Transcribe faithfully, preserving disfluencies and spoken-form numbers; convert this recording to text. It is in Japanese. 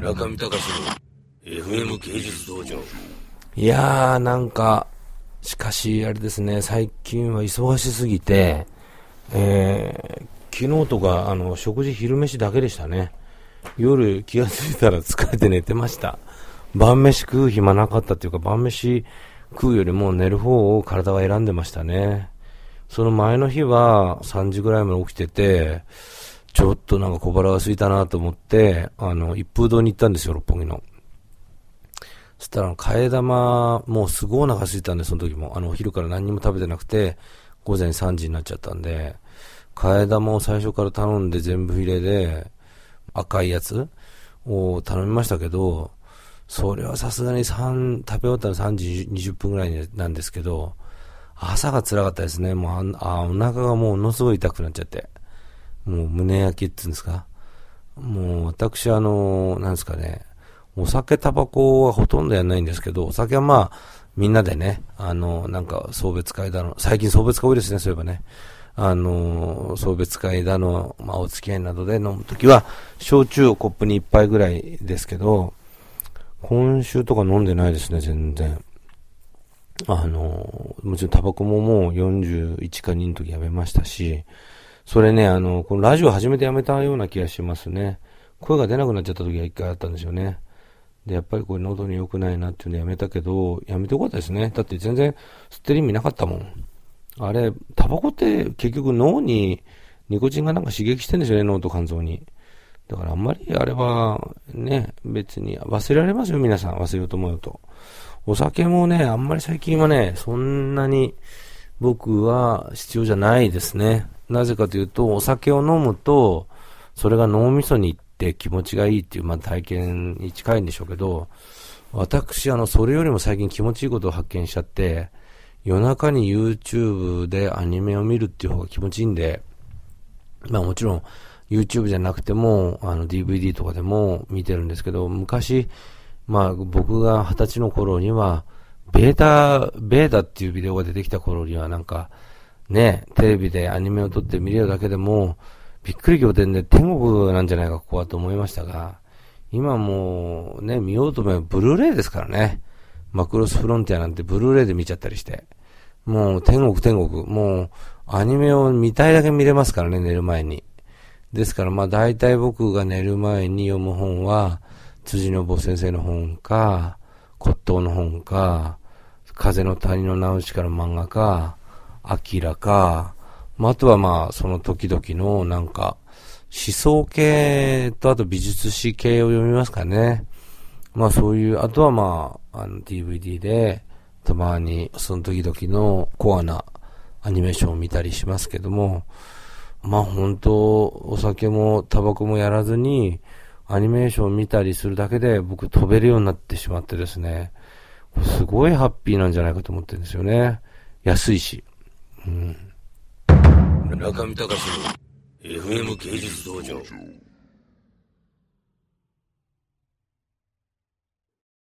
村上隆の エフエム 芸術道場。 いやーなんかしかしあれですね、最近は忙しすぎて、えー、昨日とかあの食事昼飯だけでしたね。夜気がついたら疲れて寝てました。晩飯食う暇なかったっていうか、晩飯食うよりも寝る方を体は選んでましたね。その前の日はさんじぐらいまで起きてて、ちょっとなんか小腹が空いたなと思って、あの一風堂に行ったんですよ、六本木の。そしたら替え玉、もうすごいお腹空いたんで、その時もあのお昼から何にも食べてなくて、午前さんじになっちゃったんで、替え玉を最初から頼んで全部入れで赤いやつを頼みましたけど、それはさすがに3食べ終わったらさんじにじゅっぷんぐらいなんですけど、朝が辛かったですね。もう あ, あお腹がもうものすごい痛くなっちゃって、もう胸焼けっていうんですか。もう私あのなんですかね、お酒タバコはほとんどやらないんですけど、お酒はまあみんなでね、あのなんか送別会だの、最近送別会多いですね、そういえばね。あの送別会だの、まあ、お付き合いなどで飲むときは焼酎をコップにいっぱいぐらいですけど、今週とか飲んでないですね、全然。あのもちろんタバコももうよんじゅういちかにの時やめましたし、それね、あのこのラジオ初めてやめたような気がしますね。声が出なくなっちゃった時が一回あったんですよね。で、やっぱりこれ喉に良くないなっていうのやめたけど、やめてよかったですね。だって全然吸ってる意味なかったもん。あれ、タバコって結局脳にニコチンがなんか刺激してるんですよね、脳と肝臓に。だからあんまりあれはね、別に忘れられますよ、皆さん。忘れようと思うと。お酒もね、あんまり最近はね、そんなに僕は必要じゃないですね。なぜかというと、お酒を飲むと、それが脳みそに行って気持ちがいいっていう、まあ、体験に近いんでしょうけど、私、あの、それよりも最近気持ちいいことを発見しちゃって、夜中に YouTube でアニメを見るっていう方が気持ちいいんで、まあもちろん YouTube じゃなくても、あの ディーブイディー とかでも見てるんですけど、昔、まあ僕が二十歳の頃には、ベータ、ベータっていうビデオが出てきた頃にはなんか、ね、テレビでアニメを撮って見れるだけでも、びっくり仰天で天国なんじゃないかここはと思いましたが、今もうね、見ようと思えばブルーレイですからね。マクロスフロンティアなんてブルーレイで見ちゃったりして。もう天国天国。もうアニメを見たいだけ見れますからね、寝る前に。ですからまあ大体僕が寝る前に読む本は、辻信夫先生の本か、骨董の本か、風の谷のナウシカの漫画か、アキラか、まあ、あとはまあその時々のなんか思想系とあと美術史系を読みますかね。まあそういう、あとはまあ、あの ディーブイディー で、たまにその時々のコアなアニメーションを見たりしますけども、まあ本当、お酒もタバコもやらずに、アニメーションを見たりするだけで僕飛べるようになってしまってですね、すごいハッピーなんじゃないかと思ってるんですよね。安いし。うん。 村上隆の エフエム 芸術道場。